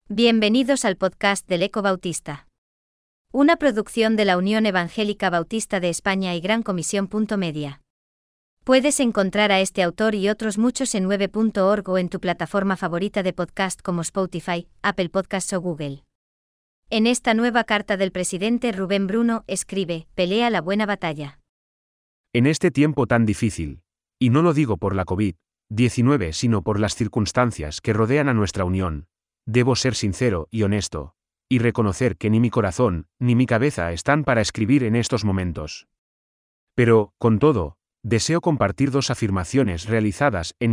Bienvenidos al podcast del Eco Bautista. Una producción de la Unión Evangélica Bautista de España y Gran Comisión. Media. Puedes encontrar a este autor y otros muchos en 9.org o en tu plataforma favorita de podcast como Spotify, Apple Podcasts o Google. En esta nueva carta del presidente Rubén Bruno escribe: pelea la buena batalla. En este tiempo tan difícil, y no lo digo por la COVID-19 sino por las circunstancias que rodean a nuestra unión, debo ser sincero y honesto, y reconocer que ni mi corazón, ni mi cabeza están para escribir en estos momentos. Pero, con todo, deseo compartir dos afirmaciones realizadas en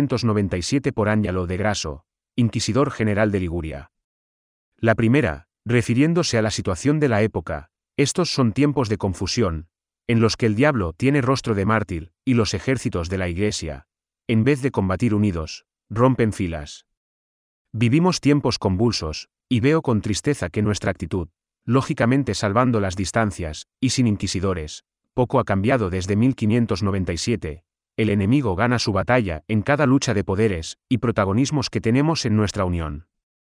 1597 por Ángelo de Grasso, inquisidor general de Liguria. La primera, refiriéndose a la situación de la época: estos son tiempos de confusión, en los que el diablo tiene rostro de mártir, y los ejércitos de la Iglesia, en vez de combatir unidos, rompen filas. Vivimos tiempos convulsos, y veo con tristeza que nuestra actitud, lógicamente salvando las distancias, y sin inquisidores, poco ha cambiado desde 1597, el enemigo gana su batalla en cada lucha de poderes y protagonismos que tenemos en nuestra unión.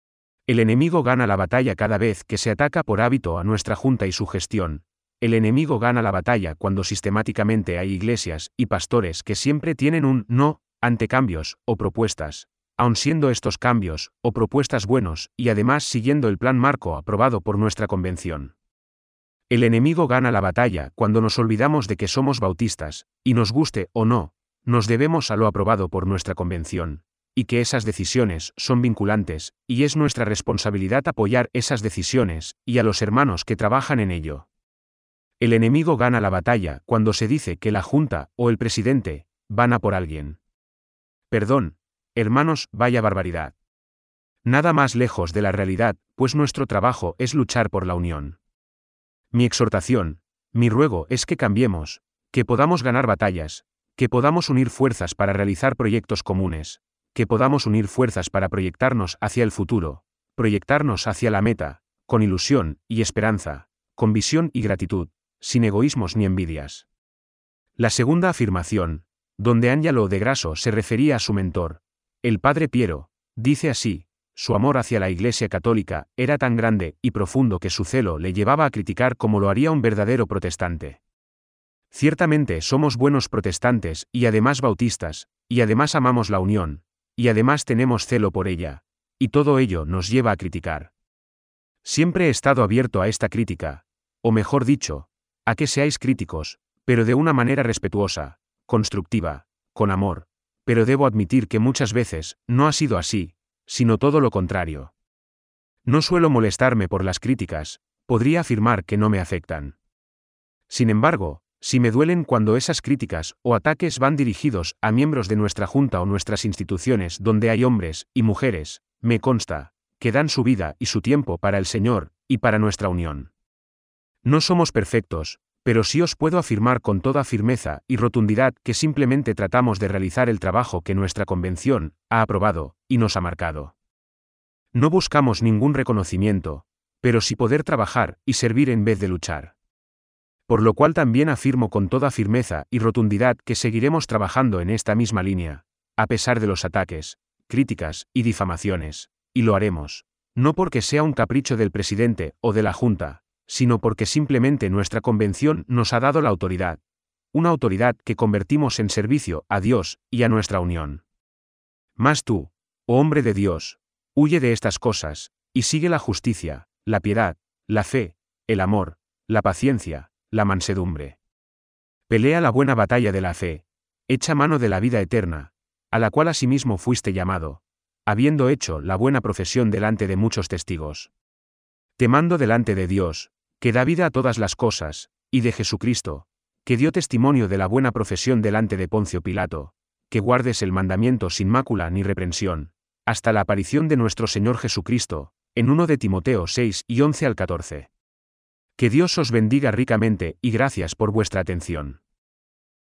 El enemigo gana la batalla cada vez que se ataca por hábito a nuestra junta y su gestión. El enemigo gana la batalla cuando sistemáticamente hay iglesias y pastores que siempre tienen un no ante cambios o propuestas, aun siendo estos cambios o propuestas buenos y además siguiendo el plan marco aprobado por nuestra convención. El enemigo gana la batalla cuando nos olvidamos de que somos bautistas, y nos guste o no, nos debemos a lo aprobado por nuestra convención, y que esas decisiones son vinculantes, y es nuestra responsabilidad apoyar esas decisiones y a los hermanos que trabajan en ello. El enemigo gana la batalla cuando se dice que la junta o el presidente van a por alguien. Perdón, hermanos, vaya barbaridad. Nada más lejos de la realidad, pues nuestro trabajo es luchar por la unión. Mi exhortación, mi ruego es que cambiemos, que podamos ganar batallas, que podamos unir fuerzas para realizar proyectos comunes, que podamos unir fuerzas para proyectarnos hacia el futuro, proyectarnos hacia la meta, con ilusión y esperanza, con visión y gratitud, sin egoísmos ni envidias. La segunda afirmación, donde Ángelo de Grasso se refería a su mentor, el padre Piero, dice así: su amor hacia la Iglesia católica era tan grande y profundo que su celo le llevaba a criticar como lo haría un verdadero protestante. Ciertamente somos buenos protestantes y además bautistas, y además amamos la unión, y además tenemos celo por ella, y todo ello nos lleva a criticar. Siempre he estado abierto a esta crítica, o mejor dicho, a que seáis críticos, pero de una manera respetuosa, constructiva, con amor, pero debo admitir que muchas veces no ha sido así, sino todo lo contrario. No suelo molestarme por las críticas, podría afirmar que no me afectan. Sin embargo, si me duelen cuando esas críticas o ataques van dirigidos a miembros de nuestra junta o nuestras instituciones donde hay hombres y mujeres, me consta, que dan su vida y su tiempo para el Señor y para nuestra unión. No somos perfectos, pero sí os puedo afirmar con toda firmeza y rotundidad que simplemente tratamos de realizar el trabajo que nuestra convención ha aprobado y nos ha marcado. No buscamos ningún reconocimiento, pero sí poder trabajar y servir en vez de luchar. Por lo cual también afirmo con toda firmeza y rotundidad que seguiremos trabajando en esta misma línea, a pesar de los ataques, críticas y difamaciones, y lo haremos, no porque sea un capricho del presidente o de la junta, sino porque simplemente nuestra convención nos ha dado la autoridad, una autoridad que convertimos en servicio a Dios y a nuestra unión. Mas tú, oh hombre de Dios, huye de estas cosas, y sigue la justicia, la piedad, la fe, el amor, la paciencia, la mansedumbre. Pelea la buena batalla de la fe, echa mano de la vida eterna, a la cual asimismo fuiste llamado, habiendo hecho la buena profesión delante de muchos testigos. Te mando delante de Dios, que da vida a todas las cosas, y de Jesucristo, que dio testimonio de la buena profesión delante de Poncio Pilato, que guardes el mandamiento sin mácula ni reprensión, hasta la aparición de nuestro Señor Jesucristo, en 1 de Timoteo 6 y 11 al 14. Que Dios os bendiga ricamente y gracias por vuestra atención.